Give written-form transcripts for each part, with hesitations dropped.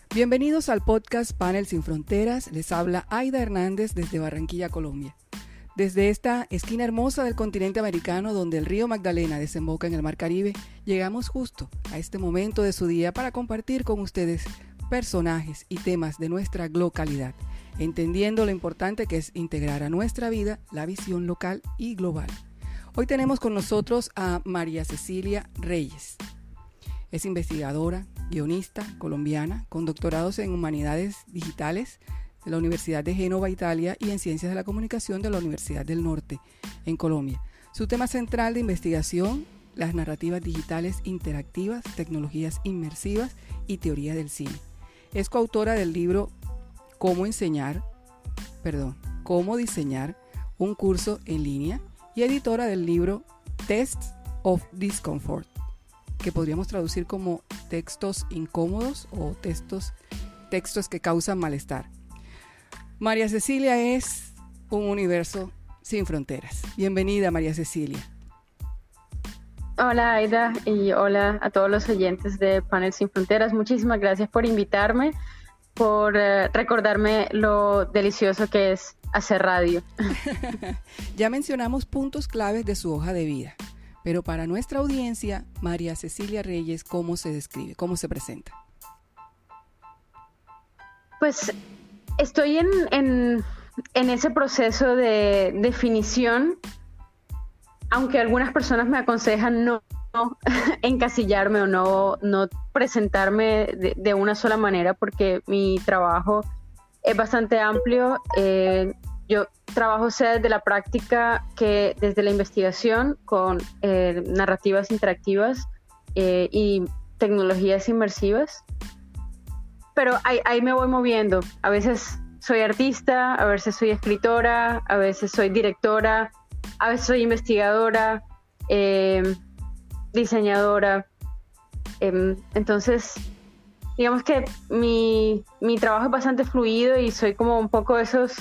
Bienvenidos al podcast Panel Sin Fronteras. Les habla Aida Hernández desde Barranquilla, Colombia. Desde esta esquina hermosa del continente americano donde el río Magdalena desemboca en el Mar Caribe, llegamos justo a este momento de su día para compartir con ustedes personajes y temas de nuestra localidad, entendiendo lo importante que es integrar a nuestra vida la visión local y global. Hoy tenemos con nosotros a María Cecilia Reyes. Es investigadora, guionista colombiana con doctorados en Humanidades Digitales de la Universidad de Génova, Italia, y en Ciencias de la Comunicación de la Universidad del Norte, en Colombia. Su tema central de investigación, las narrativas digitales interactivas, tecnologías inmersivas y teoría del cine. Es coautora del libro Cómo diseñar un curso en línea y editora del libro Tests of Discomfort, que podríamos traducir como textos incómodos o textos que causan malestar. María Cecilia es un universo sin fronteras. Bienvenida, María Cecilia. Hola, Aida, y hola a todos los oyentes de Panel Sin Fronteras. Muchísimas gracias por invitarme, por recordarme lo delicioso que es hacer radio. Ya mencionamos puntos claves de su hoja de vida. Pero para nuestra audiencia, María Cecilia Reyes, ¿cómo se describe? ¿Cómo se presenta? Pues estoy en ese proceso de definición, aunque algunas personas me aconsejan no encasillarme o no presentarme de una sola manera, porque mi trabajo es bastante amplio. Yo trabajo sea desde la práctica que desde la investigación con narrativas interactivas y tecnologías inmersivas, pero ahí me voy moviendo. A veces soy artista, a veces soy escritora, a veces soy directora, a veces soy investigadora, diseñadora. Entonces, digamos que mi trabajo es bastante fluido y soy como un poco esos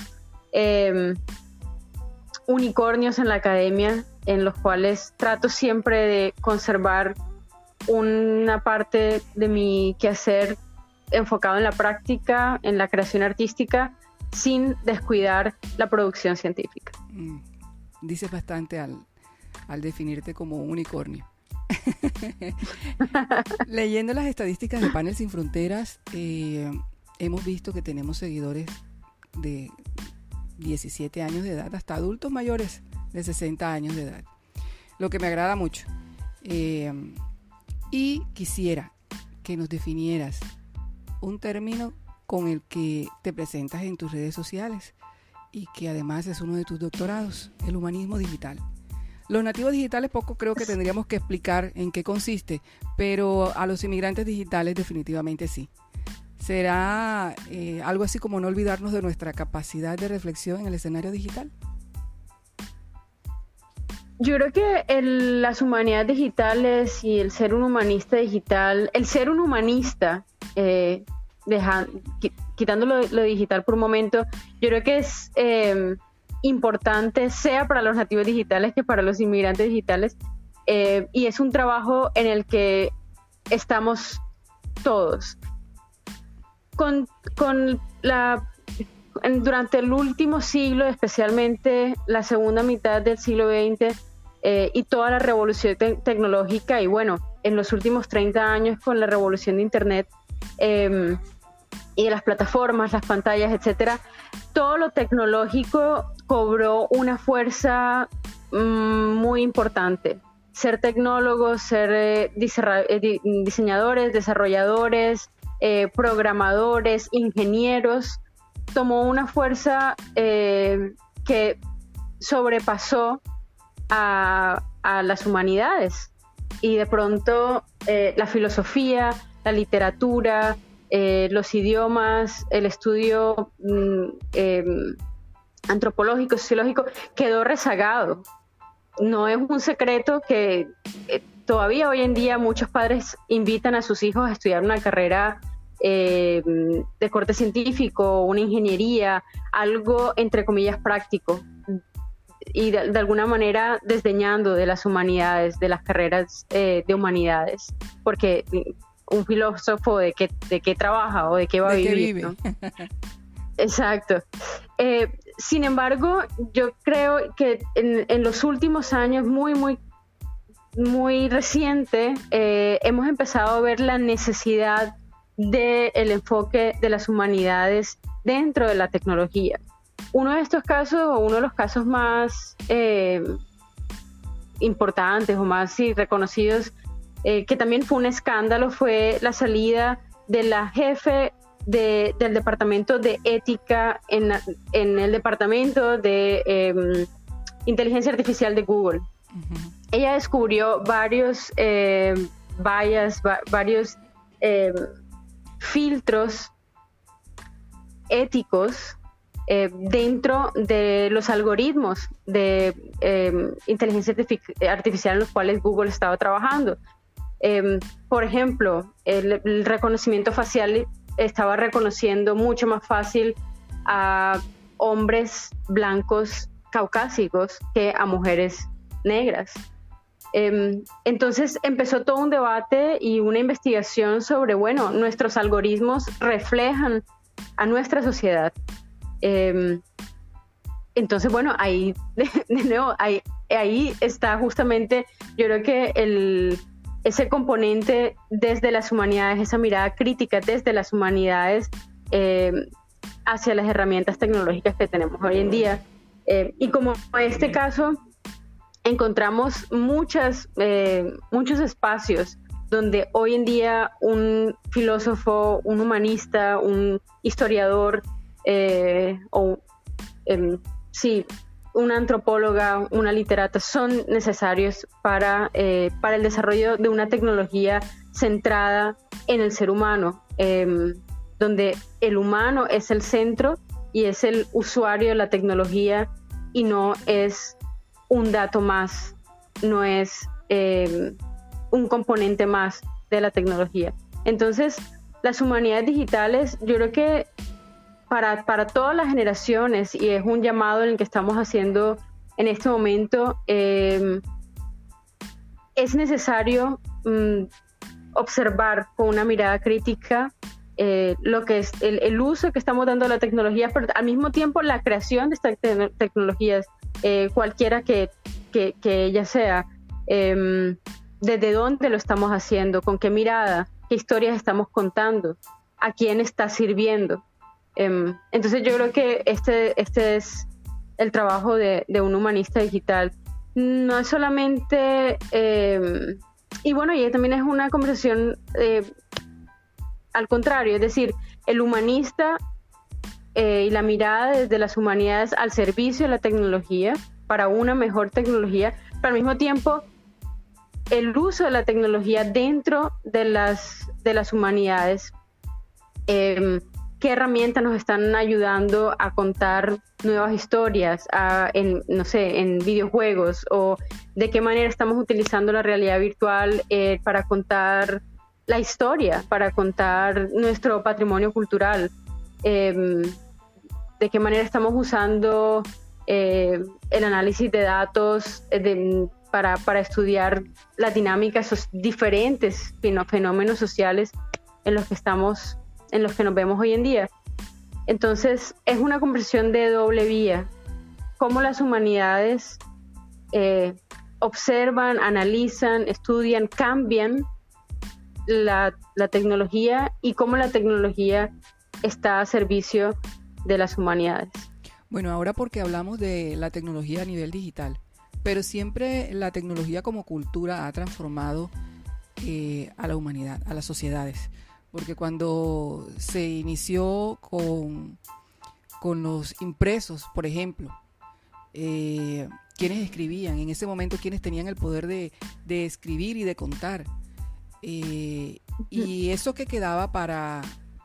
unicornios en la academia, en los cuales trato siempre de conservar una parte de mi quehacer enfocado en la práctica, en la creación artística, sin descuidar la producción científica. Dices bastante al definirte como un unicornio. Leyendo las estadísticas de Panel Sin Fronteras, hemos visto que tenemos seguidores de 17 años de edad hasta adultos mayores de 60 años de edad, lo que me agrada mucho. Y quisiera que nos definieras un término con el que te presentas en tus redes sociales y que además es uno de tus doctorados, el humanismo digital. Los nativos digitales poco creo que tendríamos que explicar en qué consiste, pero a los inmigrantes digitales definitivamente sí. ¿Será algo así como no olvidarnos de nuestra capacidad de reflexión en el escenario digital? Yo creo que las humanidades digitales y el ser un humanista digital, el ser un humanista, quitando lo digital por un momento, yo creo que es importante, sea para los nativos digitales que para los inmigrantes digitales, y es un trabajo en el que estamos todos. Durante el último siglo, especialmente la segunda mitad del siglo XX, y toda la revolución tecnológica, y bueno, en los últimos 30 años con la revolución de Internet y de las plataformas, las pantallas, etcétera, todo lo tecnológico cobró una fuerza muy importante. Ser tecnólogos, ser diseñadores, desarrolladores, programadores, ingenieros, tomó una fuerza que sobrepasó a las humanidades, y de pronto la filosofía, la literatura, los idiomas, el estudio antropológico, sociológico quedó rezagado. No es un secreto que todavía hoy en día muchos padres invitan a sus hijos a estudiar una carrera de corte científico, una ingeniería, algo entre comillas práctico, y de alguna manera desdeñando de las humanidades, de las carreras de humanidades, porque un filósofo de qué trabaja o de qué va a vivir. Vive. ¿No? Exacto. Sin embargo, yo creo que en los últimos años, muy reciente, hemos empezado a ver la necesidad del enfoque de las humanidades dentro de la tecnología. Uno de estos casos, o uno de los casos más importantes o más reconocidos, que también fue un escándalo, fue la salida de la jefe del departamento de ética en el departamento de inteligencia artificial de Google. Uh-huh. Ella descubrió varios varios filtros éticos dentro de los algoritmos de inteligencia artificial en los cuales Google estaba trabajando. Por ejemplo, el reconocimiento facial estaba reconociendo mucho más fácil a hombres blancos caucásicos que a mujeres negras. Entonces empezó todo un debate y una investigación sobre, bueno, nuestros algoritmos reflejan a nuestra sociedad. Entonces, bueno, ahí de nuevo, ahí está justamente, yo creo que ese componente desde las humanidades, esa mirada crítica desde las humanidades hacia las herramientas tecnológicas que tenemos hoy en día. Y como en este caso, encontramos muchos espacios donde hoy en día un filósofo, un humanista, un historiador una antropóloga, una literata son necesarios para el desarrollo de una tecnología centrada en el ser humano, donde el humano es el centro y es el usuario de la tecnología y no es un dato más, no es un componente más de la tecnología. Entonces, las humanidades digitales, yo creo que para todas las generaciones, y es un llamado en el que estamos haciendo en este momento, es necesario observar con una mirada crítica lo que es el uso que estamos dando a la tecnología, pero al mismo tiempo la creación de estas tecnologías, cualquiera que ella sea, desde dónde lo estamos haciendo, con qué mirada, qué historias estamos contando, a quién está sirviendo. Entonces yo creo que este es el trabajo de un humanista digital. No es solamente, y bueno, y también es una conversación al contrario, es decir, el humanista y la mirada desde las humanidades al servicio de la tecnología, para una mejor tecnología, pero al mismo tiempo el uso de la tecnología dentro de las humanidades. ¿Qué herramientas nos están ayudando a contar nuevas historias en videojuegos? ¿O de qué manera estamos utilizando la realidad virtual para contar la historia, para contar nuestro patrimonio cultural? ¿De qué manera estamos usando el análisis de datos para estudiar las dinámicas diferentes fenómenos sociales en los que nos vemos hoy en día? Entonces es una conversación de doble vía, cómo las humanidades observan, analizan, estudian, cambian la tecnología y cómo la tecnología está a servicio de las humanidades. Bueno, ahora porque hablamos de la tecnología a nivel digital, pero siempre la tecnología como cultura ha transformado a la humanidad, a las sociedades. Porque cuando se inició con los impresos, por ejemplo, quienes escribían, en ese momento quienes tenían el poder de escribir y de contar, y eso que quedaba para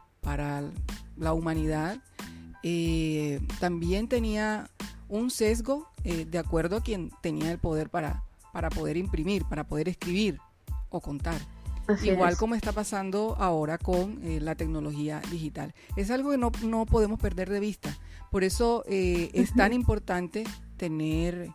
la humanidad también tenía un sesgo de acuerdo a quien tenía el poder para poder imprimir, para poder escribir o contar. Así igual es. Como está pasando ahora con la tecnología digital. Es algo que no podemos perder de vista. Por eso es tan importante tener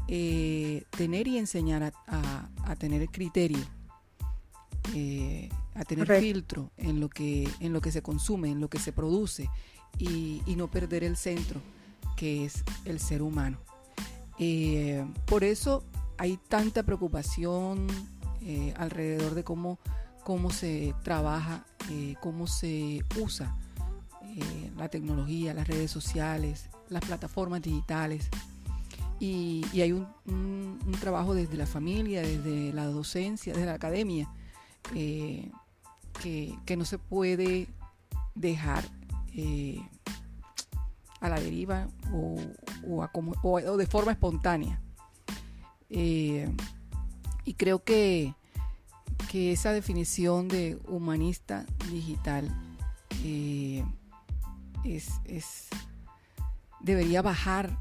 y enseñar a tener criterio a tener Correcto. filtro en lo que se consume, en lo que se produce, y no perder el centro, que es el ser humano. Por eso hay tanta preocupación alrededor de cómo se trabaja, cómo se usa la tecnología, las redes sociales, las plataformas digitales. Y hay un trabajo desde la familia, desde la docencia, desde la academia, que no se puede dejar a la deriva o de forma espontánea. Y creo que esa definición de humanista digital debería bajar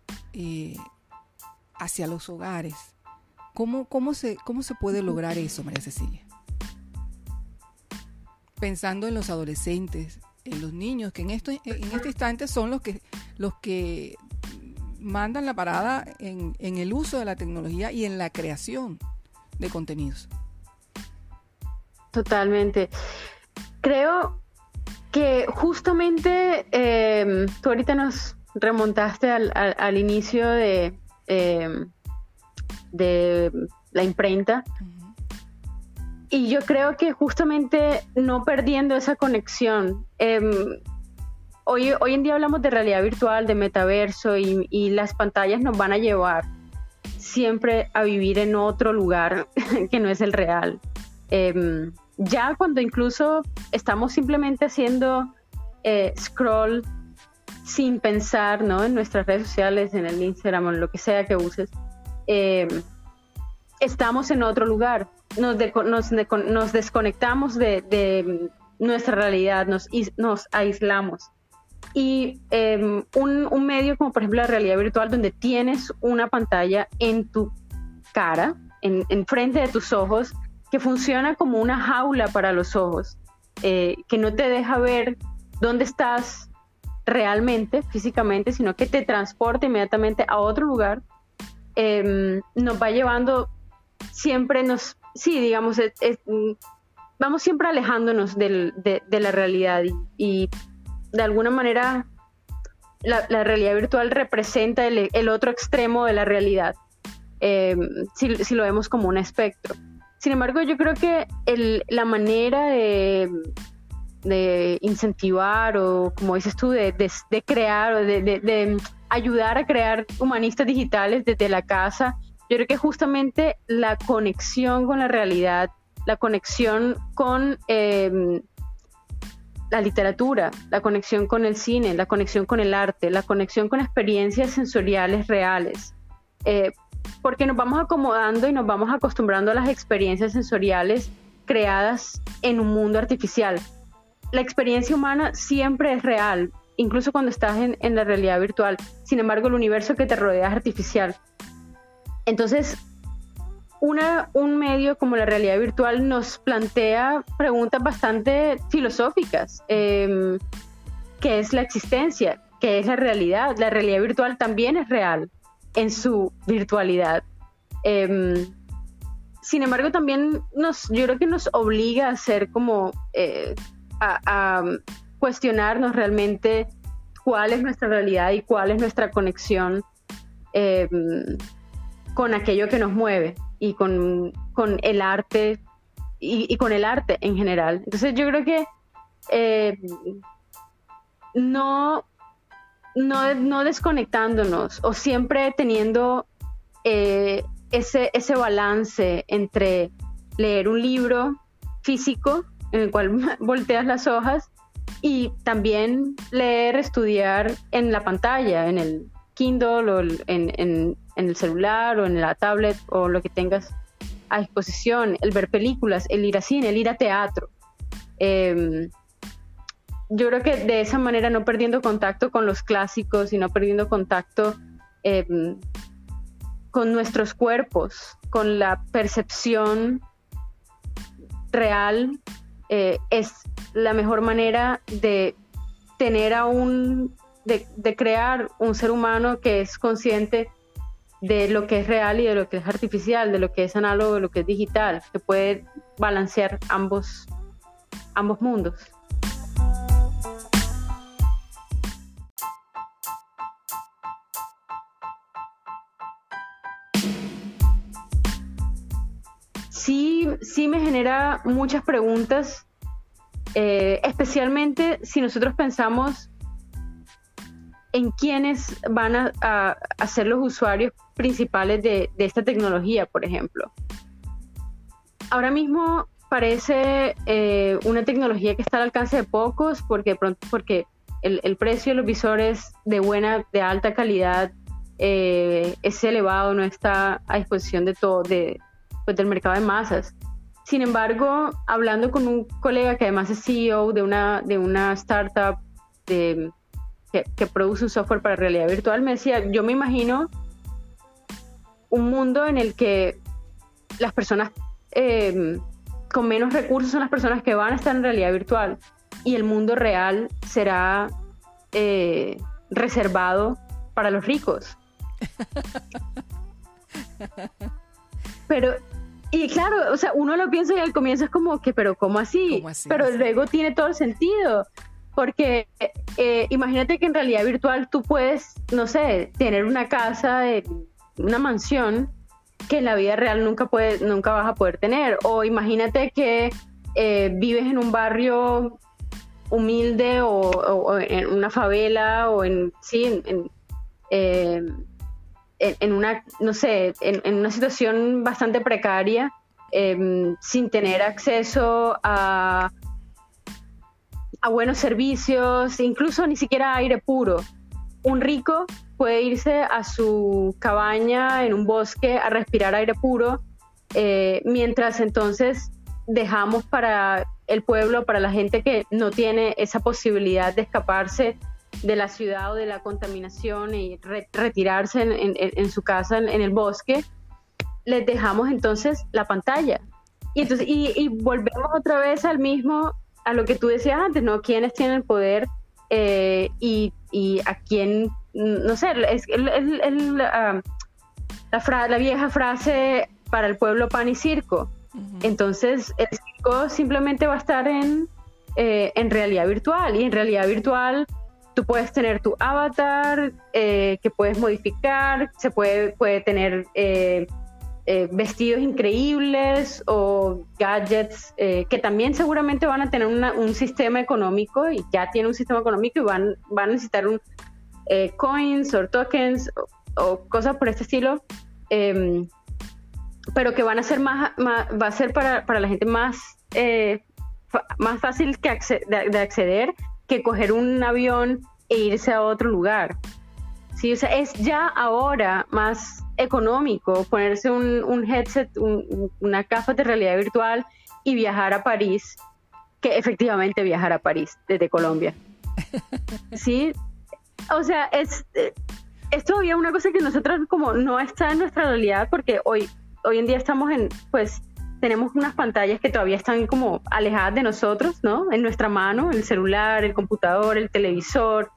hacia los hogares. ¿Cómo se puede lograr eso, María Cecilia? Pensando en los adolescentes, en los niños, que en este instante son los que mandan la parada en el uso de la tecnología y en la creación de contenidos. Totalmente. Creo que justamente tú ahorita nos remontaste al inicio de la imprenta. Uh-huh. Y yo creo que justamente no perdiendo esa conexión. Hoy en día hablamos de realidad virtual, de metaverso, y las pantallas nos van a llevar siempre a vivir en otro lugar que no es el real. Ya cuando incluso estamos simplemente haciendo scroll sin pensar, ¿no? En nuestras redes sociales, en el Instagram o en lo que sea que uses, estamos en otro lugar. Nos desconectamos de nuestra realidad, nos aislamos. Y un medio como por ejemplo la realidad virtual, donde tienes una pantalla en tu cara, en frente de tus ojos, que funciona como una jaula para los ojos, que no te deja ver dónde estás realmente, físicamente, sino que te transporta inmediatamente a otro lugar, nos va llevando siempre, vamos siempre alejándonos de la realidad, y de alguna manera la realidad virtual representa el otro extremo de la realidad, si lo vemos como un espectro. Sin embargo, yo creo que la manera de incentivar, o como dices tú, de crear, o de ayudar a crear humanistas digitales desde la casa, yo creo que justamente la conexión con la realidad, la conexión con la literatura, la conexión con el cine, la conexión con el arte, la conexión con experiencias sensoriales reales, porque nos vamos acomodando y nos vamos acostumbrando a las experiencias sensoriales creadas en un mundo artificial. La experiencia humana siempre es real, incluso cuando estás en la realidad virtual. Sin embargo, el universo que te rodea es artificial. Entonces, un medio como la realidad virtual nos plantea preguntas bastante filosóficas. ¿Qué es la existencia? ¿Qué es la realidad? La realidad virtual también es real en su virtualidad. Sin embargo, también yo creo que nos obliga a ser como a cuestionarnos realmente cuál es nuestra realidad y cuál es nuestra conexión con aquello que nos mueve, y con el arte y con el arte en general. Entonces yo creo que no desconectándonos, o siempre teniendo ese balance entre leer un libro físico en el cual volteas las hojas, y también estudiar en la pantalla, en el Kindle, o en el celular, o en la tablet, o lo que tengas a disposición, el ver películas, el ir a cine, el ir a teatro. Yo creo que de esa manera, no perdiendo contacto con los clásicos y no perdiendo contacto con nuestros cuerpos, con la percepción real, es la mejor manera de tener de crear un ser humano que es consciente de lo que es real y de lo que es artificial, de lo que es análogo y de lo que es digital, que puede balancear ambos ambos mundos. Sí me genera muchas preguntas, especialmente si nosotros pensamos en quiénes van a ser los usuarios principales de esta tecnología, por ejemplo. Ahora mismo parece una tecnología que está al alcance de pocos porque el precio de los visores de alta calidad es elevado, no está a disposición de todo, del mercado de masas. Sin embargo, hablando con un colega que además es CEO de una startup que produce un software para realidad virtual, me decía, yo me imagino un mundo en el que las personas con menos recursos son las personas que van a estar en realidad virtual y el mundo real será reservado para los ricos. Y claro, o sea, uno lo piensa y al comienzo es como que, pero ¿cómo así? Pero luego tiene todo el sentido, porque imagínate que en realidad virtual tú puedes, no sé, tener una casa, una mansión que en la vida real nunca vas a poder tener, o imagínate que vives en un barrio humilde o en una favela o en una, no sé, en una situación bastante precaria, sin tener acceso a buenos servicios, incluso ni siquiera aire puro. Un rico puede irse a su cabaña en un bosque a respirar aire puro, mientras entonces dejamos para el pueblo, para la gente que no tiene esa posibilidad de escaparse de la ciudad o de la contaminación y retirarse en su casa en el bosque, les dejamos entonces la pantalla. Y volvemos otra vez a lo que tú decías antes, ¿no? ¿Quiénes tienen el poder y a quién? No sé, la vieja frase para el pueblo pan y circo. Uh-huh. Entonces el circo simplemente va a estar en realidad virtual, y en realidad virtual tú puedes tener tu avatar que puedes modificar, se puede tener vestidos increíbles o gadgets que también seguramente van a tener un sistema económico, y ya tiene un sistema económico, y van a necesitar coins o tokens o cosas por este estilo, pero que van a ser va a ser para la gente más fácil de acceder que coger un avión e irse a otro lugar. Sí, o sea, es ya ahora más económico ponerse un headset, una gafas de realidad virtual y viajar a París, que efectivamente viajar a París desde Colombia. Sí, o sea, es todavía una cosa que nosotros como no está en nuestra realidad, porque hoy en día tenemos unas pantallas que todavía están como alejadas de nosotros, ¿no? En nuestra mano, el celular, el computador, el televisor.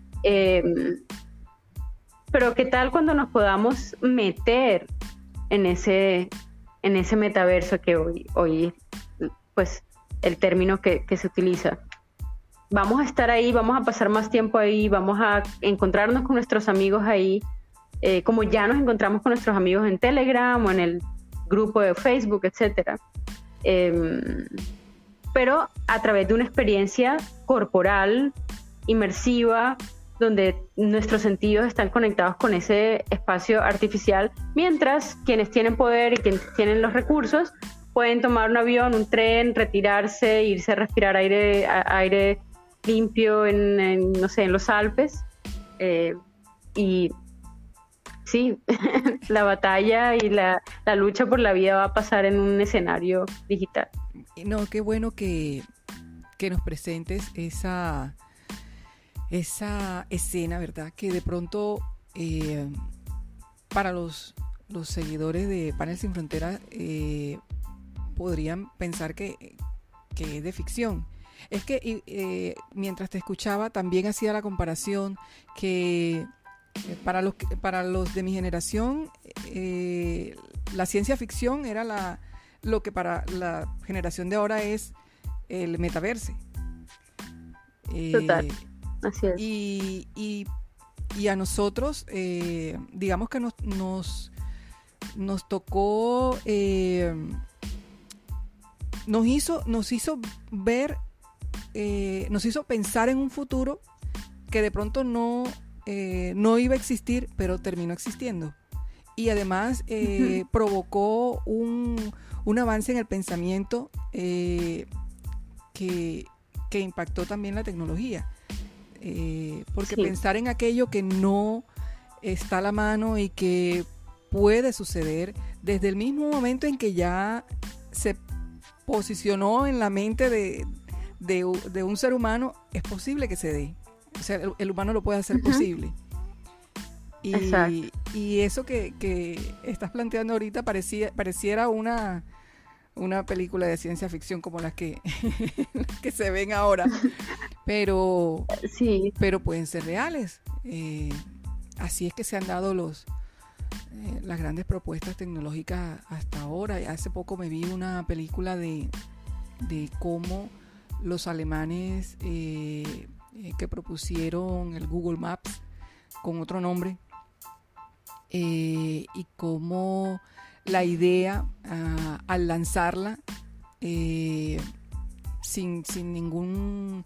Pero ¿qué tal cuando nos podamos meter en ese metaverso que hoy pues el término que se utiliza? Vamos a estar ahí, vamos a pasar más tiempo ahí, vamos a encontrarnos con nuestros amigos ahí, como ya nos encontramos con nuestros amigos en Telegram o en el grupo de Facebook, etcétera, pero a través de una experiencia corporal, inmersiva, donde nuestros sentidos están conectados con ese espacio artificial, mientras quienes tienen poder y quienes tienen los recursos pueden tomar un avión, un tren, retirarse, irse a respirar aire limpio en los Alpes, y sí, la batalla y la lucha por la vida va a pasar en un escenario digital. No, qué bueno que nos presentes esa escena, ¿verdad? Que de pronto para los seguidores de Panel Sin Fronteras podrían pensar que es de ficción. Es que mientras te escuchaba también hacía la comparación que para los de mi generación la ciencia ficción era lo que para la generación de ahora es el metaverso. Total, así es. Y a nosotros, digamos que nos tocó, nos hizo ver, nos hizo pensar en un futuro que de pronto no iba a existir, pero terminó existiendo. Y además provocó un avance en el pensamiento que impactó también la tecnología. Porque pensar en aquello que no está a la mano y que puede suceder desde el mismo momento en que ya se posicionó en la mente de un ser humano, es posible que se dé. O sea, el humano lo puede hacer posible. Y eso que estás planteando ahorita pareciera una película de ciencia ficción como las que se ven ahora, pero pueden ser reales. Así es que se han dado las grandes propuestas tecnológicas hasta ahora. Hace poco me vi una película de cómo los alemanes que propusieron el Google Maps con otro nombre, y cómo la idea al lanzarla sin ninguna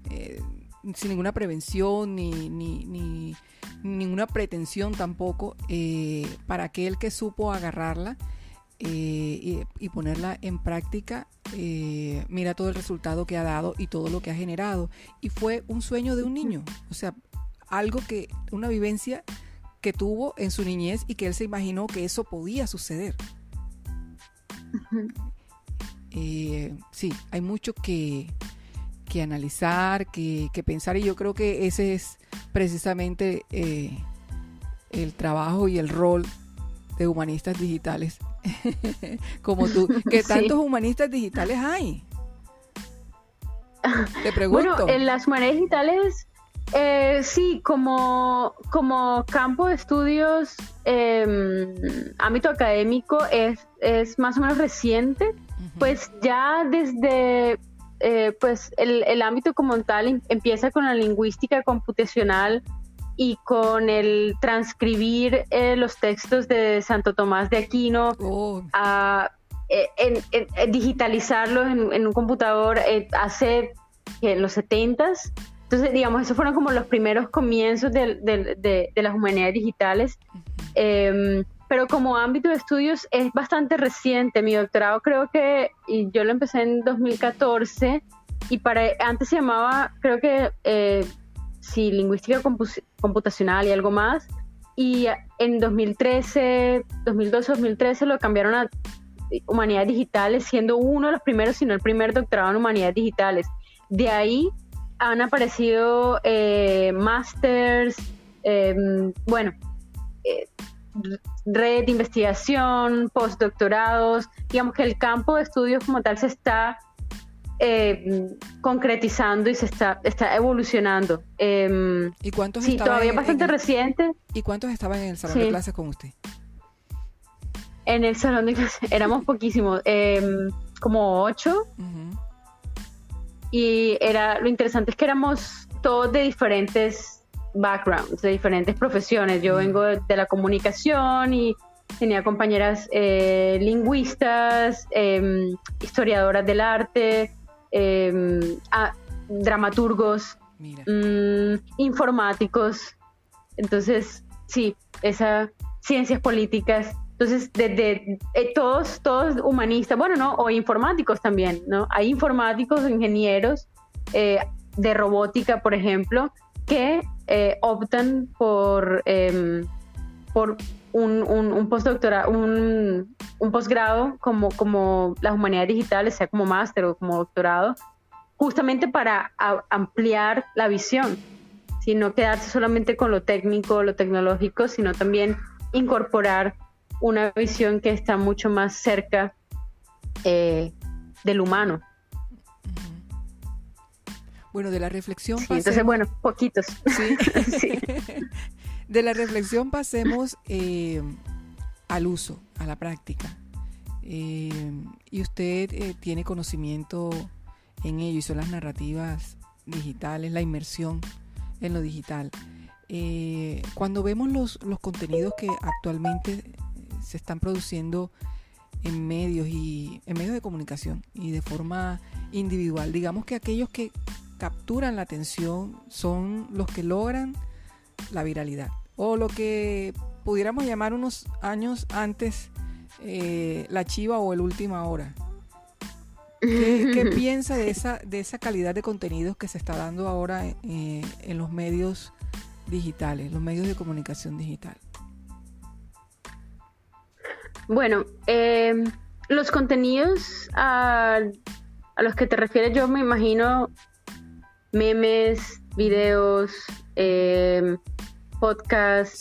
prevención ni ninguna pretensión tampoco, para aquel que supo agarrarla y ponerla en práctica, mira todo el resultado que ha dado y todo lo que ha generado. Y fue un sueño de un niño, o sea, una vivencia que tuvo en su niñez y que él se imaginó que eso podía suceder. Sí, hay mucho que analizar, que pensar, y yo creo que ese es precisamente el trabajo y el rol de humanistas digitales como tú. ¿Qué tantos humanistas digitales hay? Te pregunto. Bueno, en las humanidades digitales, sí, como campo de estudios, ámbito académico, es más o menos reciente. Pues ya desde pues el ámbito como tal empieza con la lingüística computacional y con el transcribir los textos de Santo Tomás de Aquino, digitalizarlos en un computador en los 70s. Entonces, digamos, esos fueron como los primeros comienzos de las humanidades digitales. Pero como ámbito de estudios es bastante reciente. Mi doctorado y yo lo empecé en 2014 y antes se llamaba, creo que, lingüística computacional y algo más. Y en 2012-2013 lo cambiaron a humanidades digitales, siendo uno de los primeros, si no el primer doctorado en humanidades digitales. De ahí han aparecido másters, red de investigación, postdoctorados. Digamos que el campo de estudios como tal se está concretizando y se está evolucionando. ¿Y cuántos sí, todavía es bastante reciente. ¿Y cuántos estaban en el salón de clases con usted? En el salón de clases éramos poquísimos, como 8. Uh-huh. Y lo interesante es que éramos todos de diferentes backgrounds, de diferentes profesiones. Yo vengo de la comunicación y tenía compañeras lingüistas, historiadoras del arte, dramaturgos, informáticos. Entonces, sí, ciencias políticas. Entonces, desde todos humanistas, o informáticos también, ¿no? Hay informáticos, ingenieros de robótica, por ejemplo, que optan por un postdoctorado, un posgrado como las humanidades digitales, sea como máster o como doctorado, justamente para ampliar la visión, no quedarse solamente con lo técnico, lo tecnológico, sino también incorporar una visión que está mucho más cerca del humano. Bueno, de la reflexión pasemos... Entonces, poquitos. Sí. Sí. De la reflexión pasemos al uso, a la práctica. Y usted tiene conocimiento en ello, y son las narrativas digitales, la inmersión en lo digital. Cuando vemos los contenidos que actualmente se están produciendo en medios de comunicación y de forma individual, digamos que aquellos que capturan la atención son los que logran la viralidad, o lo que pudiéramos llamar unos años antes la chiva o el última hora. ¿Qué piensa de esa calidad de contenidos que se está dando ahora en los medios digitales, los medios de comunicación digital? Bueno, los contenidos a los que te refieres, yo me imagino memes, videos, podcasts,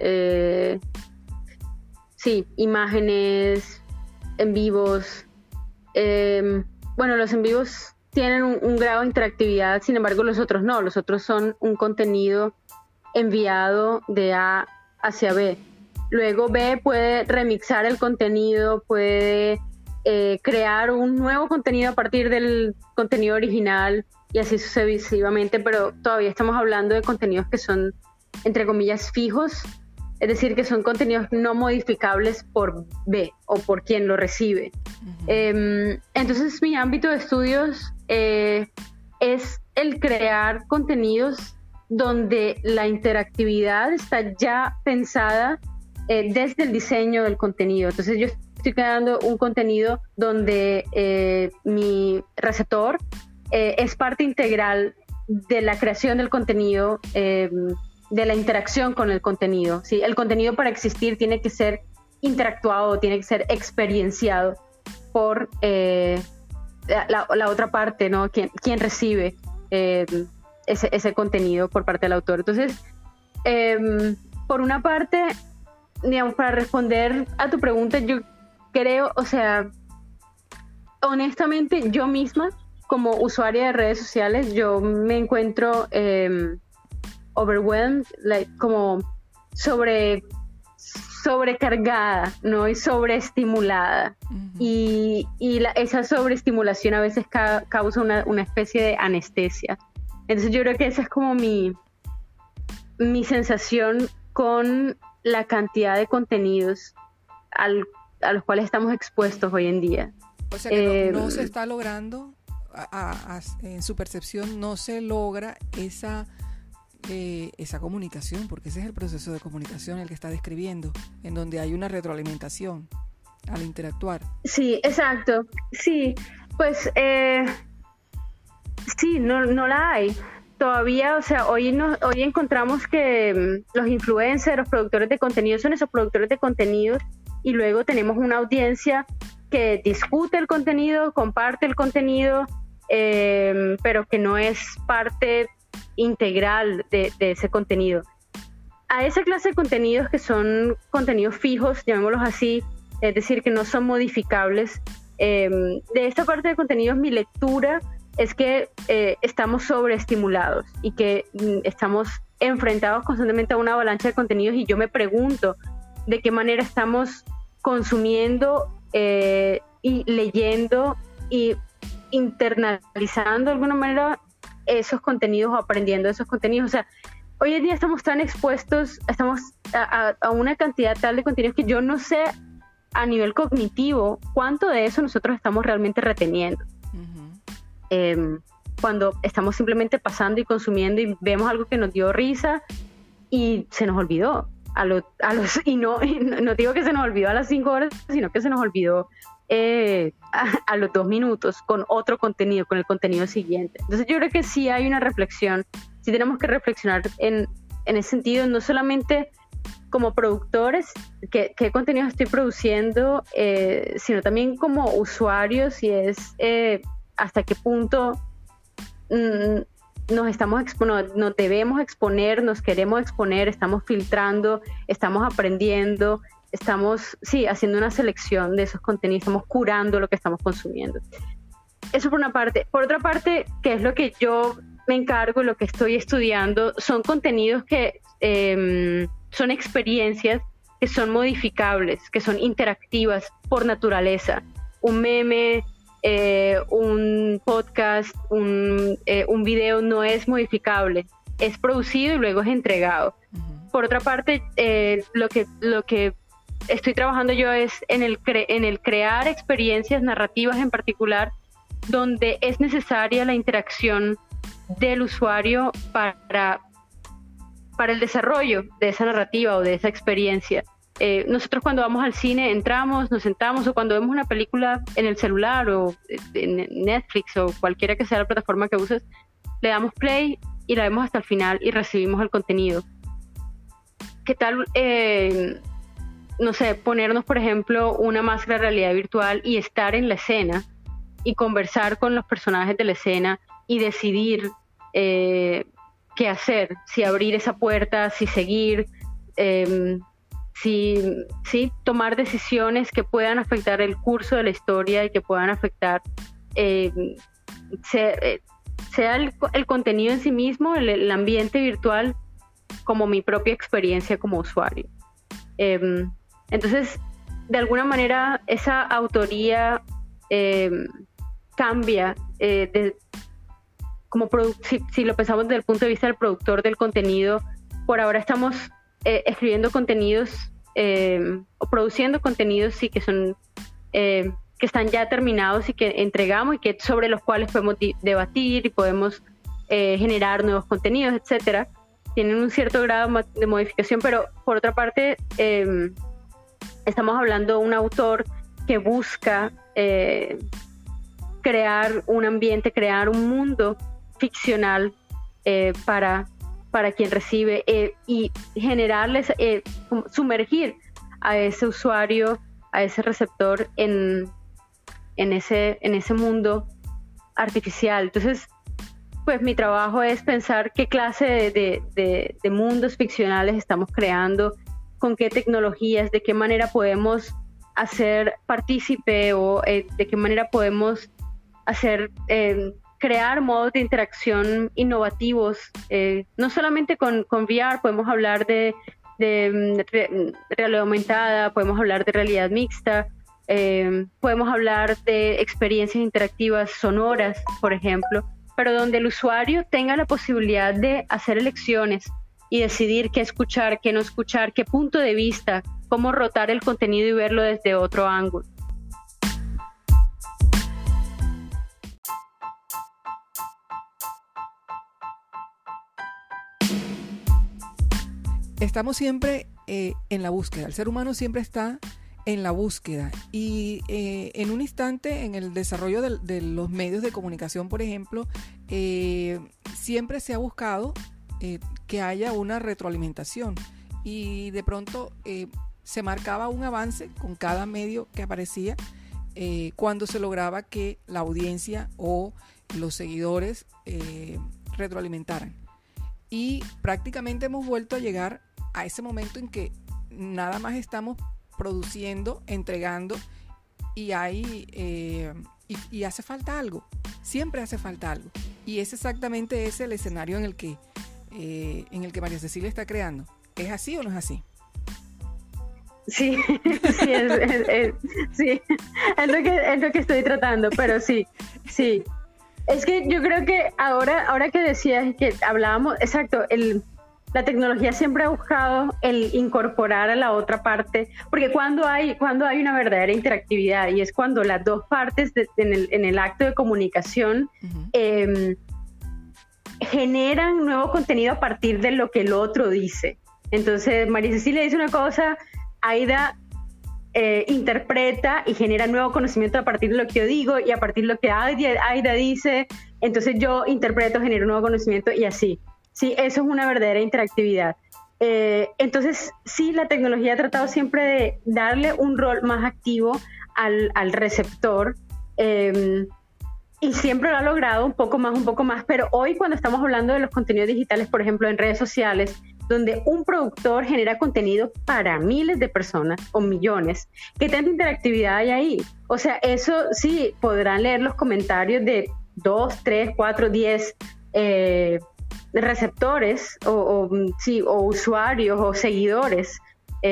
sí, imágenes, en vivos. Bueno, los en vivos tienen un grado de interactividad, sin embargo los otros no, los otros son un contenido enviado de A hacia B. Luego B puede remixar el contenido, puede crear un nuevo contenido a partir del contenido original y así sucesivamente, pero todavía estamos hablando de contenidos que son, entre comillas, fijos, es decir, que son contenidos no modificables por B o por quien lo recibe. Entonces mi ámbito de estudios es el crear contenidos donde la interactividad está ya pensada desde el diseño del contenido. Entonces yo estoy creando un contenido donde mi receptor es parte integral de la creación del contenido, de la interacción con el contenido, ¿sí? El contenido para existir tiene que ser interactuado, tiene que ser experienciado por la otra parte, ¿no? Quien recibe ese contenido por parte del autor. Entonces, por una parte, digamos, para responder a tu pregunta, yo creo, o sea, honestamente, yo misma, como usuaria de redes sociales, yo me encuentro overwhelmed, como sobrecargada, ¿no? Y sobreestimulada. Uh-huh. Y esa sobreestimulación a veces causa una especie de anestesia. Entonces yo creo que esa es como mi sensación con la cantidad de contenidos a los cuales estamos expuestos hoy en día. O sea que no se está logrando, en su percepción no se logra esa comunicación, porque ese es el proceso de comunicación el que está describiendo, en donde hay una retroalimentación al interactuar. Sí, exacto. Sí, pues sí, no la hay. Todavía, o sea, hoy encontramos que los influencers, los productores de contenido son esos productores de contenido, y luego tenemos una audiencia que discute el contenido, comparte el contenido, pero que no es parte integral de ese contenido. A esa clase de contenidos que son contenidos fijos, llamémoslos así, es decir, que no son modificables, de esta parte de contenidos mi lectura es que estamos sobreestimulados y que estamos enfrentados constantemente a una avalancha de contenidos, y yo me pregunto de qué manera estamos consumiendo y leyendo y internalizando de alguna manera esos contenidos o aprendiendo esos contenidos. O sea, hoy en día estamos tan expuestos, estamos a una cantidad tal de contenidos que yo no sé a nivel cognitivo cuánto de eso nosotros estamos realmente reteniendo. Uh-huh. Cuando estamos simplemente pasando y consumiendo y vemos algo que nos dio risa y se nos olvidó. Y no digo que se nos olvidó a las 5 horas, sino que se nos olvidó a los 2 minutos con otro contenido, con el contenido siguiente. Entonces yo creo que sí hay una reflexión, sí tenemos que reflexionar en ese sentido, no solamente como productores, qué contenido estoy produciendo, sino también como usuarios, y es hasta qué punto nos debemos exponer, nos queremos exponer, estamos filtrando, estamos aprendiendo, estamos haciendo una selección de esos contenidos, estamos curando lo que estamos consumiendo. Eso por una parte. Por otra parte, que es lo que yo me encargo, lo que estoy estudiando, son contenidos que son experiencias que son modificables, que son interactivas por naturaleza. Un meme un podcast, un video no es modificable, es producido y luego es entregado. Uh-huh. Por otra parte, lo que estoy trabajando yo es en el crear experiencias narrativas en particular, donde es necesaria la interacción del usuario para el desarrollo de esa narrativa o de esa experiencia. Nosotros cuando vamos al cine entramos, nos sentamos, o cuando vemos una película en el celular o en Netflix o cualquiera que sea la plataforma que uses, le damos play y la vemos hasta el final y recibimos el contenido. ¿Qué tal, no sé, ponernos, por ejemplo, una máscara de realidad virtual y estar en la escena y conversar con los personajes de la escena y decidir qué hacer, si abrir esa puerta, si seguir, si tomar decisiones que puedan afectar el curso de la historia y que puedan afectar sea el contenido en sí mismo, el ambiente virtual, como mi propia experiencia como usuario. Entonces, de alguna manera, esa autoría cambia. Si lo pensamos desde el punto de vista del productor del contenido, por ahora estamos escribiendo contenidos o produciendo contenidos sí que son que están ya terminados y que entregamos y que sobre los cuales podemos debatir y podemos generar nuevos contenidos, etcétera. Tienen un cierto grado de modificación, pero por otra parte estamos hablando de un autor que busca crear un ambiente, crear un mundo ficcional para quien recibe y generarles, sumergir a ese usuario, a ese receptor en ese mundo artificial. Entonces, pues mi trabajo es pensar qué clase de mundos ficcionales estamos creando, con qué tecnologías, de qué manera podemos hacer partícipe o de qué manera podemos hacer crear modos de interacción innovativos, no solamente con VR. Podemos hablar de realidad aumentada, podemos hablar de realidad mixta, podemos hablar de experiencias interactivas sonoras, por ejemplo, pero donde el usuario tenga la posibilidad de hacer elecciones y decidir qué escuchar, qué no escuchar, qué punto de vista, cómo rotar el contenido y verlo desde otro ángulo. Estamos siempre en la búsqueda. El ser humano siempre está en la búsqueda y en un instante en el desarrollo de los medios de comunicación, por ejemplo, siempre se ha buscado que haya una retroalimentación y de pronto se marcaba un avance con cada medio que aparecía cuando se lograba que la audiencia o los seguidores retroalimentaran. Y prácticamente hemos vuelto a llegar a ese momento en que nada más estamos produciendo, entregando y y hace falta algo, siempre hace falta algo, y es exactamente ese el escenario en el que María Cecilia está creando. ¿Es así o no es así? Sí, sí, es lo que estoy tratando, pero sí. Es que yo creo que ahora que decías que hablábamos, exacto, la tecnología siempre ha buscado el incorporar a la otra parte, porque cuando hay una verdadera interactividad, y es cuando las dos partes en el acto de comunicación uh-huh. Generan nuevo contenido a partir de lo que el otro dice. Entonces María Cecilia dice una cosa, Aida interpreta y genera nuevo conocimiento a partir de lo que yo digo, y a partir de lo que Aida dice, entonces yo interpreto, genero nuevo conocimiento, y así. Sí, eso es una verdadera interactividad. Entonces, sí, la tecnología ha tratado siempre de darle un rol más activo al receptor, y siempre lo ha logrado un poco más, pero hoy cuando estamos hablando de los contenidos digitales, por ejemplo, en redes sociales, donde un productor genera contenido para miles de personas o millones, ¿qué tanta interactividad hay ahí? O sea, eso sí, podrán leer los comentarios de 2, 3, 4, 10 receptores o usuarios o seguidores,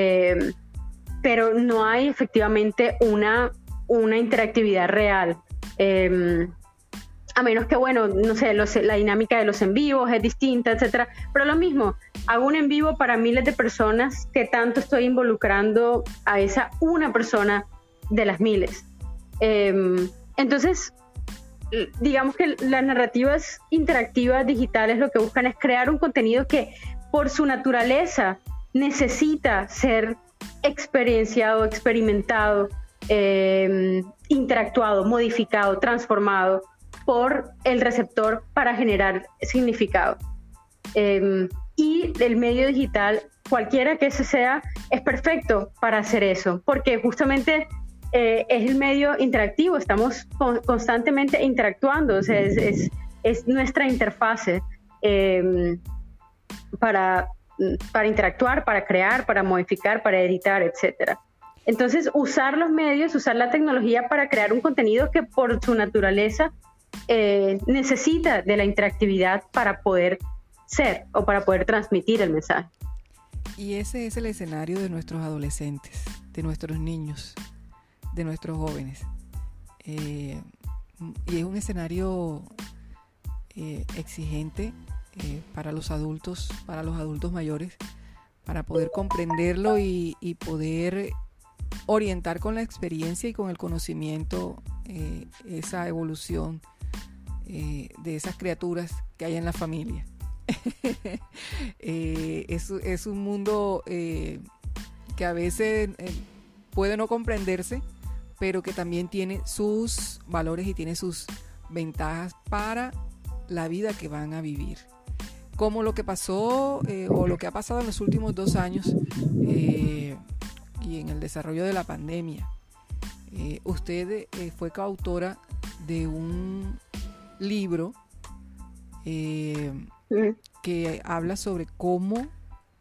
pero no hay efectivamente una interactividad real. A menos que, bueno, no sé, la dinámica de los en vivos es distinta, etcétera. Pero lo mismo, hago un en vivo para miles de personas, que tanto estoy involucrando a esa una persona de las miles. Entonces, digamos que las narrativas interactivas digitales lo que buscan es crear un contenido que por su naturaleza necesita ser experienciado, experimentado, interactuado, modificado, transformado por el receptor para generar significado. Y el medio digital, cualquiera que ese sea, es perfecto para hacer eso, porque justamente es el medio interactivo, estamos constantemente interactuando, o sea, es nuestra interfase para interactuar, para crear, para modificar, para editar, etcétera. Entonces, usar los medios, usar la tecnología para crear un contenido que por su naturaleza necesita de la interactividad para poder ser o para poder transmitir el mensaje. Y ese es el escenario de nuestros adolescentes, de nuestros niños, de nuestros jóvenes. Y es un escenario exigente para los adultos mayores, para poder comprenderlo y poder orientar con la experiencia y con el conocimiento esa evolución de esas criaturas que hay en la familia. Es un mundo que a veces puede no comprenderse, pero que también tiene sus valores y tiene sus ventajas para la vida que van a vivir. Como lo que pasó o lo que ha pasado en los últimos 2 años y en el desarrollo de la pandemia. Usted fue coautora de un libro que habla sobre cómo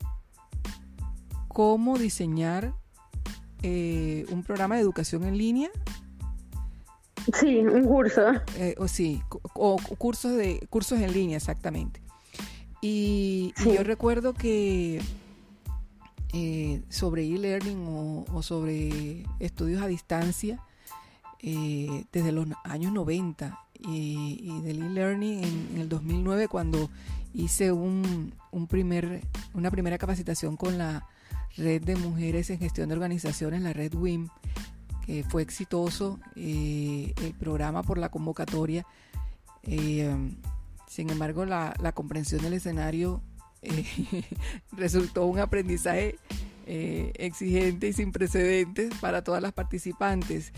diseñar un programa de educación en línea. Sí, un curso. O cursos en línea, exactamente. Y yo recuerdo que sobre e-learning o sobre estudios a distancia, desde los años 90 y del e-learning en el 2009, cuando hice una primera capacitación con la Red de Mujeres en Gestión de Organizaciones, la Red WIM, que fue exitoso el programa por la convocatoria. Sin embargo, la comprensión del escenario resultó un aprendizaje exigente y sin precedentes para todas las participantes.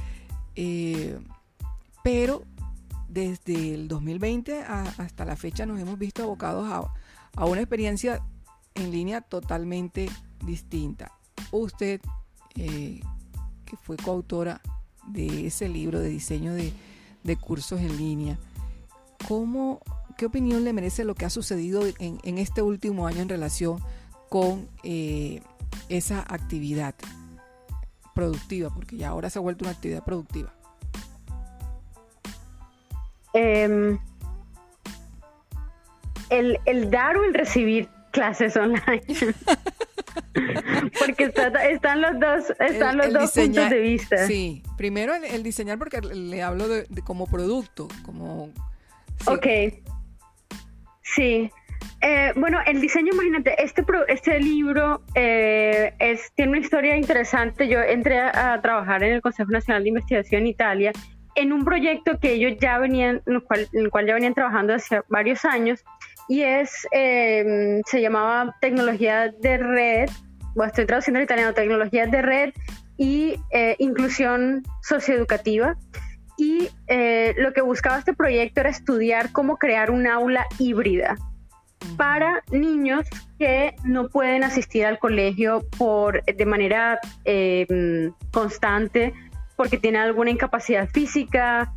Pero desde el 2020 hasta la fecha nos hemos visto abocados a una experiencia en línea totalmente distinta. Usted, que fue coautora de ese libro de diseño de cursos en línea, ¿qué opinión le merece lo que ha sucedido en este último año en relación con esa actividad productiva? Porque ya ahora se ha vuelto una actividad productiva. El dar o el recibir clases online. Porque están los dos puntos de vista. Sí, primero el diseñar, porque le hablo de como producto, como... Sí. Ok, sí. Bueno, el diseño, imagínate, este libro tiene una historia interesante. Yo entré a trabajar en el Consejo Nacional de Investigación en Italia en un proyecto que ellos ya en el cual ya venían trabajando hace varios años, y se llamaba Tecnología de Red, estoy traduciendo al italiano, Tecnología de Red y Inclusión Socioeducativa. Y lo que buscaba este proyecto era estudiar cómo crear un aula híbrida para niños que no pueden asistir al colegio de manera constante porque tienen alguna incapacidad física,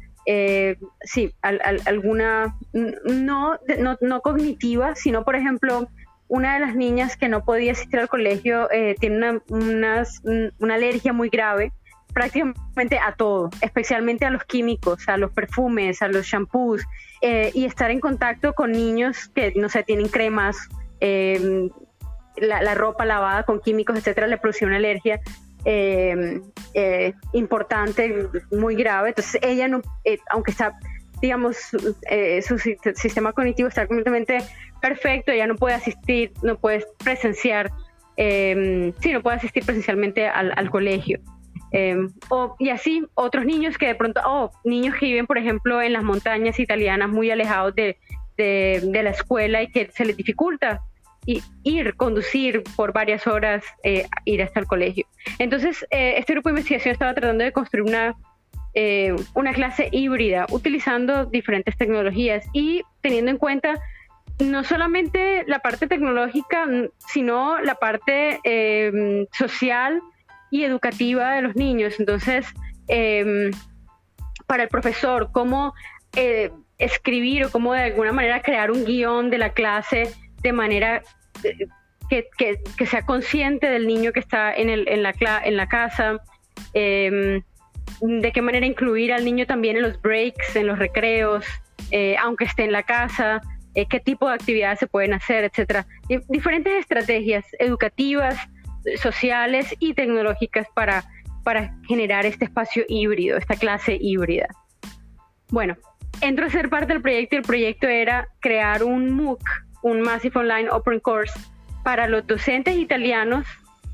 alguna no cognitiva, sino, por ejemplo, una de las niñas que no podía asistir al colegio tiene una alergia muy grave prácticamente a todo, especialmente a los químicos, a los perfumes, a los shampoos, y estar en contacto con niños que, no sé, tienen cremas, la ropa lavada con químicos, etcétera, le produce una alergia. importante, muy grave. Entonces ella no, aunque está, digamos, su sistema cognitivo está completamente perfecto, ella no puede asistir, no puede presenciar, no puede asistir presencialmente al colegio. Y así otros niños que de pronto, niños que viven, por ejemplo, en las montañas italianas muy alejados de la escuela y que se les dificulta conducir por varias horas, ir hasta el colegio. Entonces, este grupo de investigación estaba tratando de construir una clase híbrida utilizando diferentes tecnologías y teniendo en cuenta no solamente la parte tecnológica, sino la parte social y educativa de los niños. Entonces, para el profesor, cómo escribir o cómo de alguna manera crear un guión de la clase de manera que sea consciente del niño que está en la casa, de qué manera incluir al niño también en los breaks, en los recreos, aunque esté en la casa, qué tipo de actividades se pueden hacer, etcétera. Diferentes estrategias educativas, sociales y tecnológicas para generar este espacio híbrido, esta clase híbrida. Bueno, entro a ser parte del proyecto y el proyecto era crear un MOOC, un Massive Online Open Course, para los docentes italianos,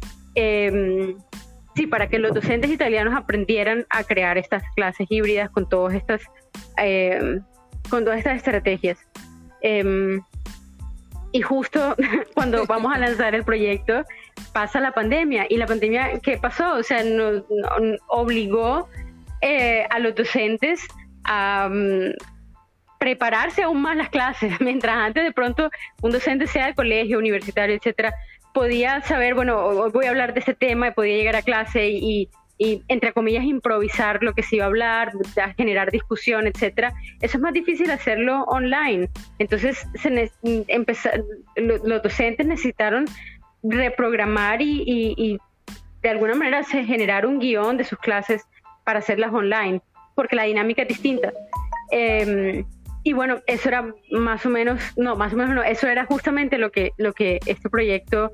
para que los docentes italianos aprendieran a crear estas clases híbridas con todas estas estrategias. Y justo cuando vamos a lanzar el proyecto pasa la pandemia. ¿Y la pandemia qué pasó? O sea, nos obligó a los docentes a prepararse aún más las clases, mientras antes de pronto un docente, sea de colegio, universitario, etcétera, podía saber, bueno, hoy voy a hablar de este tema, y podía llegar a clase y entre comillas improvisar lo que se iba a hablar, generar discusión, etcétera. Eso es más difícil hacerlo online. Entonces los docentes necesitaron reprogramar y de alguna manera generar un guión de sus clases para hacerlas online, porque la dinámica es distinta. Y bueno, eso era eso era justamente lo que este proyecto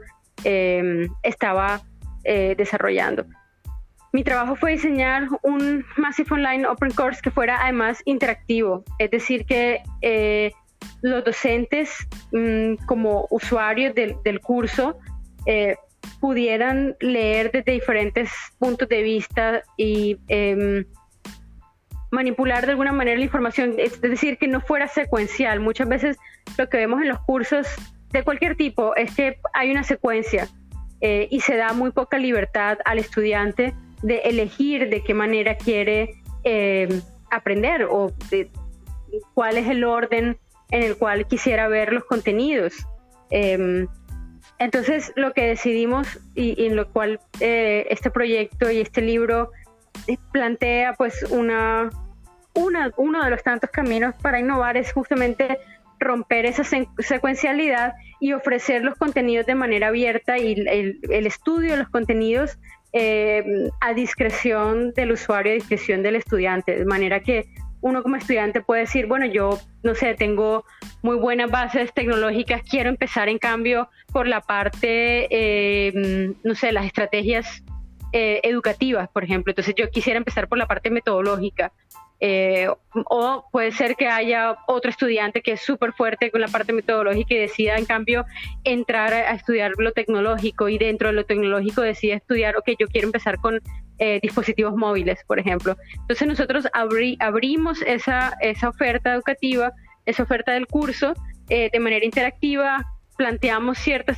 estaba desarrollando. Mi trabajo fue diseñar un Massive Online Open Course que fuera además interactivo, es decir, que los docentes como usuarios del curso pudieran leer desde diferentes puntos de vista y manipular de alguna manera la información, es decir, que no fuera secuencial. Muchas veces lo que vemos en los cursos de cualquier tipo es que hay una secuencia y se da muy poca libertad al estudiante de elegir de qué manera quiere aprender o de cuál es el orden en el cual quisiera ver los contenidos. Entonces, lo que decidimos y en lo cual este proyecto y este libro plantea pues uno de los tantos caminos para innovar es justamente romper esa secuencialidad y ofrecer los contenidos de manera abierta y el estudio de los contenidos a discreción del usuario, a discreción del estudiante, de manera que uno como estudiante puede decir, bueno, yo no sé, tengo muy buenas bases tecnológicas, quiero empezar en cambio por la parte, no sé, las estrategias educativas, por ejemplo. Entonces yo quisiera empezar por la parte metodológica. O puede ser que haya otro estudiante que es súper fuerte con la parte metodológica y decida en cambio entrar a estudiar lo tecnológico, y dentro de lo tecnológico decida estudiar, ok, yo quiero empezar con dispositivos móviles, por ejemplo. Entonces nosotros abrimos esa oferta educativa, esa oferta del curso de manera interactiva, planteamos ciertas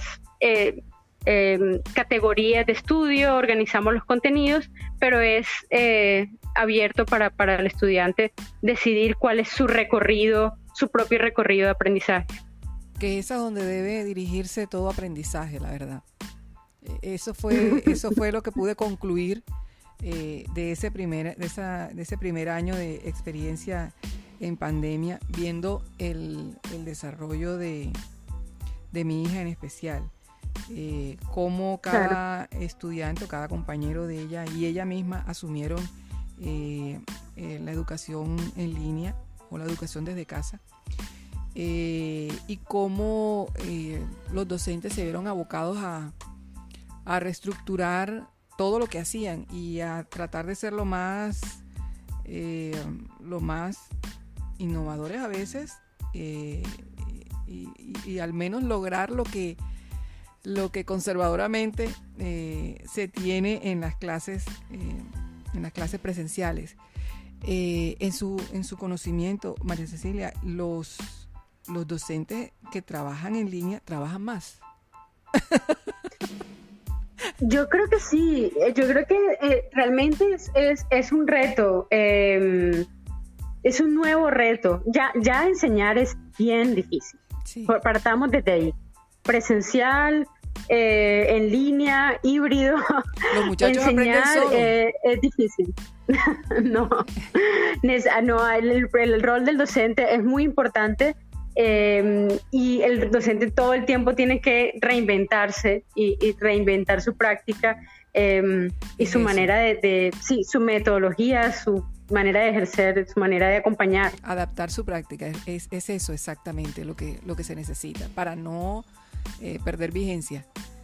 categorías de estudio, organizamos los contenidos, pero es abierto para el estudiante decidir cuál es su recorrido, su propio recorrido de aprendizaje. Que es a donde debe dirigirse todo aprendizaje, la verdad. Eso fue lo que pude concluir de ese primer año de experiencia en pandemia, viendo el desarrollo de mi hija en especial. Cómo cada estudiante o cada compañero de ella y ella misma asumieron la educación en línea o la educación desde casa, y cómo los docentes se vieron abocados a reestructurar todo lo que hacían y a tratar de ser lo más innovadores a veces, y al menos lograr lo que conservadoramente se tiene en las clases presenciales. En su conocimiento, María Cecilia, los docentes que trabajan en línea trabajan más. Yo creo que sí, yo creo que realmente es un reto, es un nuevo reto. Ya enseñar es bien difícil. Sí. Partamos desde ahí. Presencial, en línea, híbrido. Los muchachos aprenden solo. Es difícil. No, el rol del docente es muy importante. Y el docente todo el tiempo tiene que reinventarse y reinventar su práctica, y su manera su metodología, su manera de ejercer, su manera de acompañar. Adaptar su práctica, es eso exactamente lo que se necesita para no perder vigencia.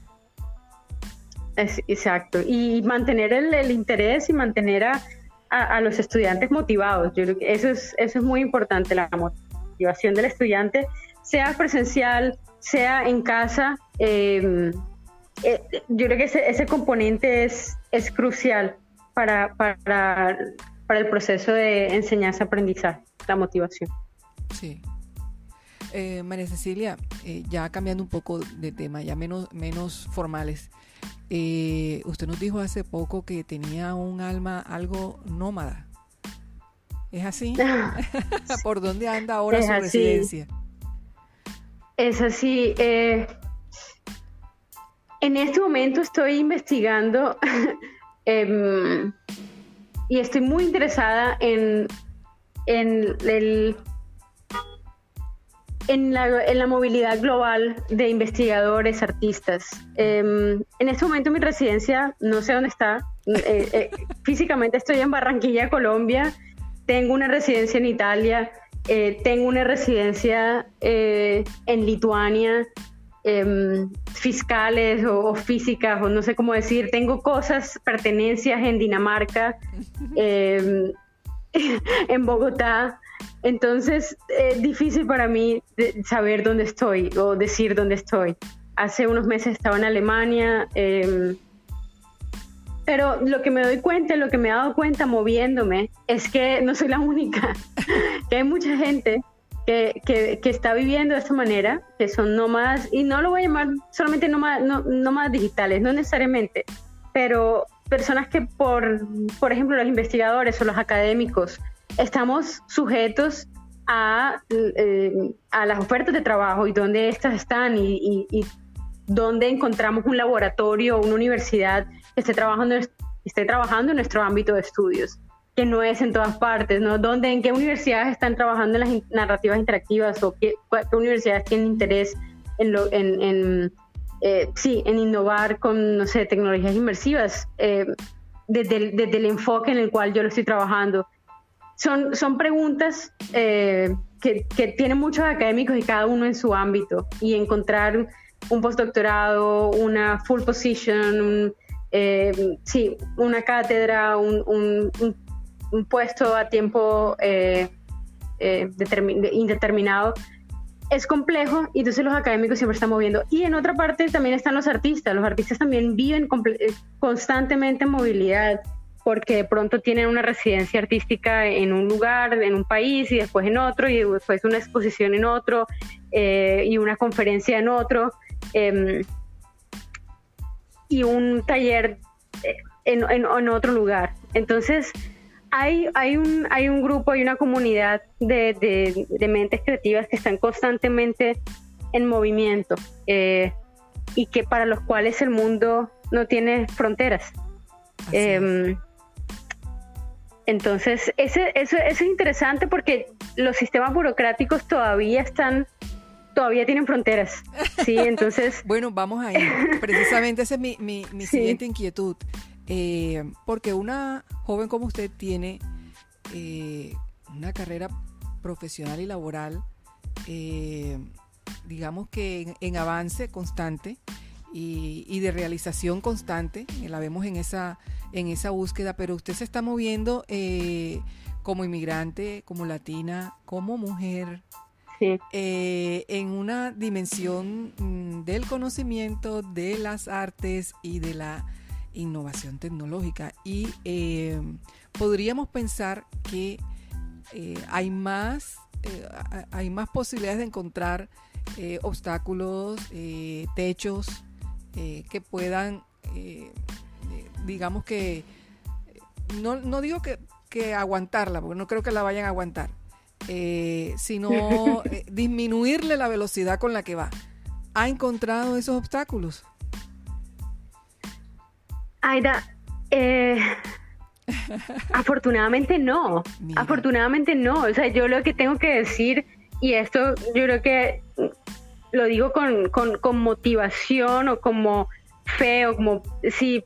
Exacto, y mantener el interés y mantener a los estudiantes motivados. Yo creo que eso es muy importante, la motivación del estudiante, sea presencial, sea en casa. Yo creo que ese componente es crucial para el proceso de enseñanza-aprendizaje, la motivación. Sí. María Cecilia, ya cambiando un poco de tema, ya menos formales, usted nos dijo hace poco que tenía un alma algo nómada. ¿Es así? ¿Por dónde anda ahora su residencia? Es así. En este momento estoy investigando y estoy muy interesada en la movilidad global de investigadores, artistas. En este momento mi residencia, no sé dónde está. Físicamente estoy en Barranquilla, Colombia. Tengo una residencia en Italia, tengo una residencia en Lituania, fiscales o físicas, o no sé cómo decir. Tengo pertenencias en Dinamarca, en Bogotá. Entonces es difícil para mí saber dónde estoy o decir dónde estoy. Hace unos meses estaba en Alemania, pero lo que me he dado cuenta moviéndome es que no soy la única, que hay mucha gente que está viviendo de esta manera, que son nómadas, y no lo voy a llamar solamente nómadas digitales, no necesariamente, pero personas que por ejemplo los investigadores o los académicos estamos sujetos a las ofertas de trabajo y dónde estas están y dónde encontramos un laboratorio o una universidad que esté trabajando en nuestro ámbito de estudios, que no es en todas partes, ¿no? ¿En qué universidades están trabajando en las narrativas interactivas o qué universidades tienen interés en innovar con, no sé, tecnologías inmersivas, desde el enfoque en el cual yo lo estoy trabajando? Son preguntas que tienen muchos académicos y cada uno en su ámbito, y encontrar un postdoctorado, una full position, una cátedra, un puesto a tiempo indeterminado, es complejo, y entonces los académicos siempre están moviendo. Y en otra parte también están los artistas también viven constantemente en movilidad, porque de pronto tienen una residencia artística en un lugar, en un país, y después en otro, y después una exposición en otro, y una conferencia en otro, y un taller en otro lugar. Entonces hay un grupo, hay una comunidad de mentes creativas que están constantemente en movimiento, y que para los cuales el mundo no tiene fronteras. Entonces, eso es interesante, porque los sistemas burocráticos todavía tienen fronteras, ¿sí? Entonces... Bueno, vamos ahí. Precisamente esa es mi sí. Siguiente inquietud. Porque una joven como usted tiene una carrera profesional y laboral, digamos que en avance constante, y de realización constante. La vemos en esa búsqueda, pero usted se está moviendo como inmigrante, como latina, como mujer, sí, en una dimensión del conocimiento, de las artes y de la innovación tecnológica. Y podríamos pensar que hay más posibilidades de encontrar obstáculos, techos que puedan, digamos que, no digo que aguantarla, porque no creo que la vayan a aguantar, sino disminuirle la velocidad con la que va. ¿Ha encontrado esos obstáculos? Aida, afortunadamente no. Mira. Afortunadamente no. O sea, yo lo que tengo que decir, y esto yo creo que lo digo con motivación o como fe o como, sí,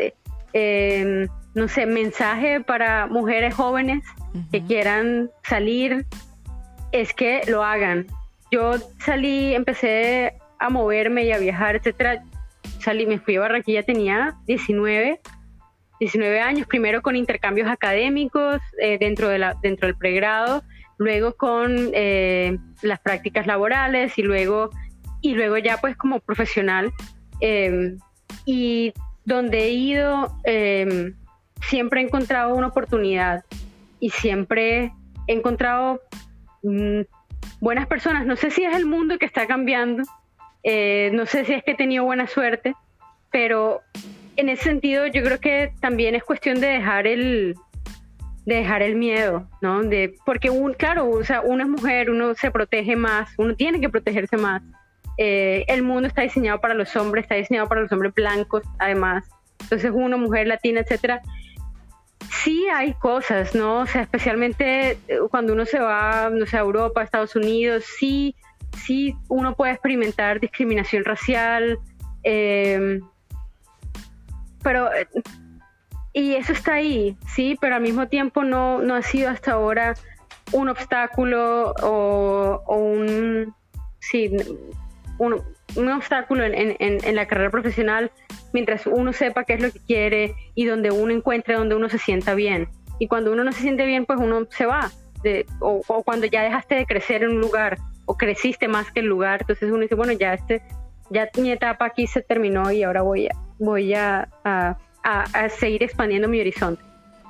no sé, mensaje para mujeres jóvenes que quieran salir, es que lo hagan. Yo empecé a moverme y a viajar, etcétera. Me fui a Barranquilla, tenía 19 años, primero con intercambios académicos dentro del pregrado, luego con las prácticas laborales y luego ya pues como profesional. Y donde he ido, siempre he encontrado una oportunidad y siempre he encontrado buenas personas. No sé si es el mundo que está cambiando, no sé si es que he tenido buena suerte, pero en ese sentido yo creo que también es cuestión de dejar el miedo, ¿no? Porque claro, o sea, uno es mujer, uno se protege más, uno tiene que protegerse más. El mundo está diseñado para los hombres, blancos, además. Entonces uno, mujer latina, etcétera. Sí hay cosas, ¿no? O sea, especialmente cuando uno se va, no sé, a Europa, a Estados Unidos, sí uno puede experimentar discriminación racial, pero y eso está ahí, sí, pero al mismo tiempo no ha sido hasta ahora un obstáculo o un obstáculo en la carrera profesional, mientras uno sepa qué es lo que quiere y donde uno encuentre donde uno se sienta bien. Y cuando uno no se siente bien, pues uno se va, o cuando ya dejaste de crecer en un lugar o creciste más que el lugar, entonces uno dice, bueno, ya mi etapa aquí se terminó y ahora voy a seguir expandiendo mi horizonte.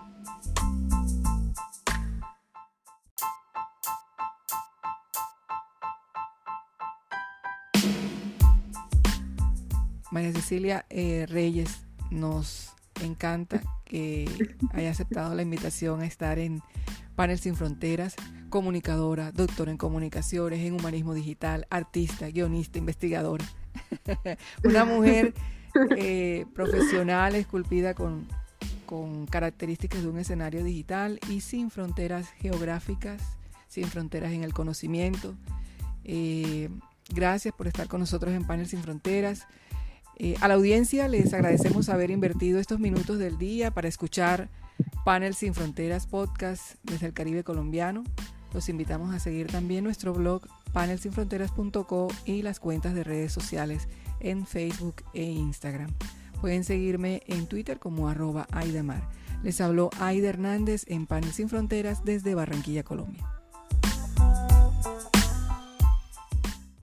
María Cecilia Reyes, nos encanta que haya aceptado la invitación a estar en Panel Sin Fronteras, comunicadora, doctora en comunicaciones, en humanismo digital, artista, guionista, investigadora. Una mujer profesional, esculpida con características de un escenario digital y sin fronteras geográficas, sin fronteras en el conocimiento. Gracias por estar con nosotros en Panel Sin Fronteras. A la audiencia les agradecemos haber invertido estos minutos del día para escuchar Panel Sin Fronteras podcast desde el Caribe colombiano. Los invitamos a seguir también nuestro blog panelsinfronteras.co y las cuentas de redes sociales en Facebook e Instagram. Pueden seguirme en Twitter como @aidamar. Les habló Aida Hernández en Panel Sin Fronteras desde Barranquilla, Colombia.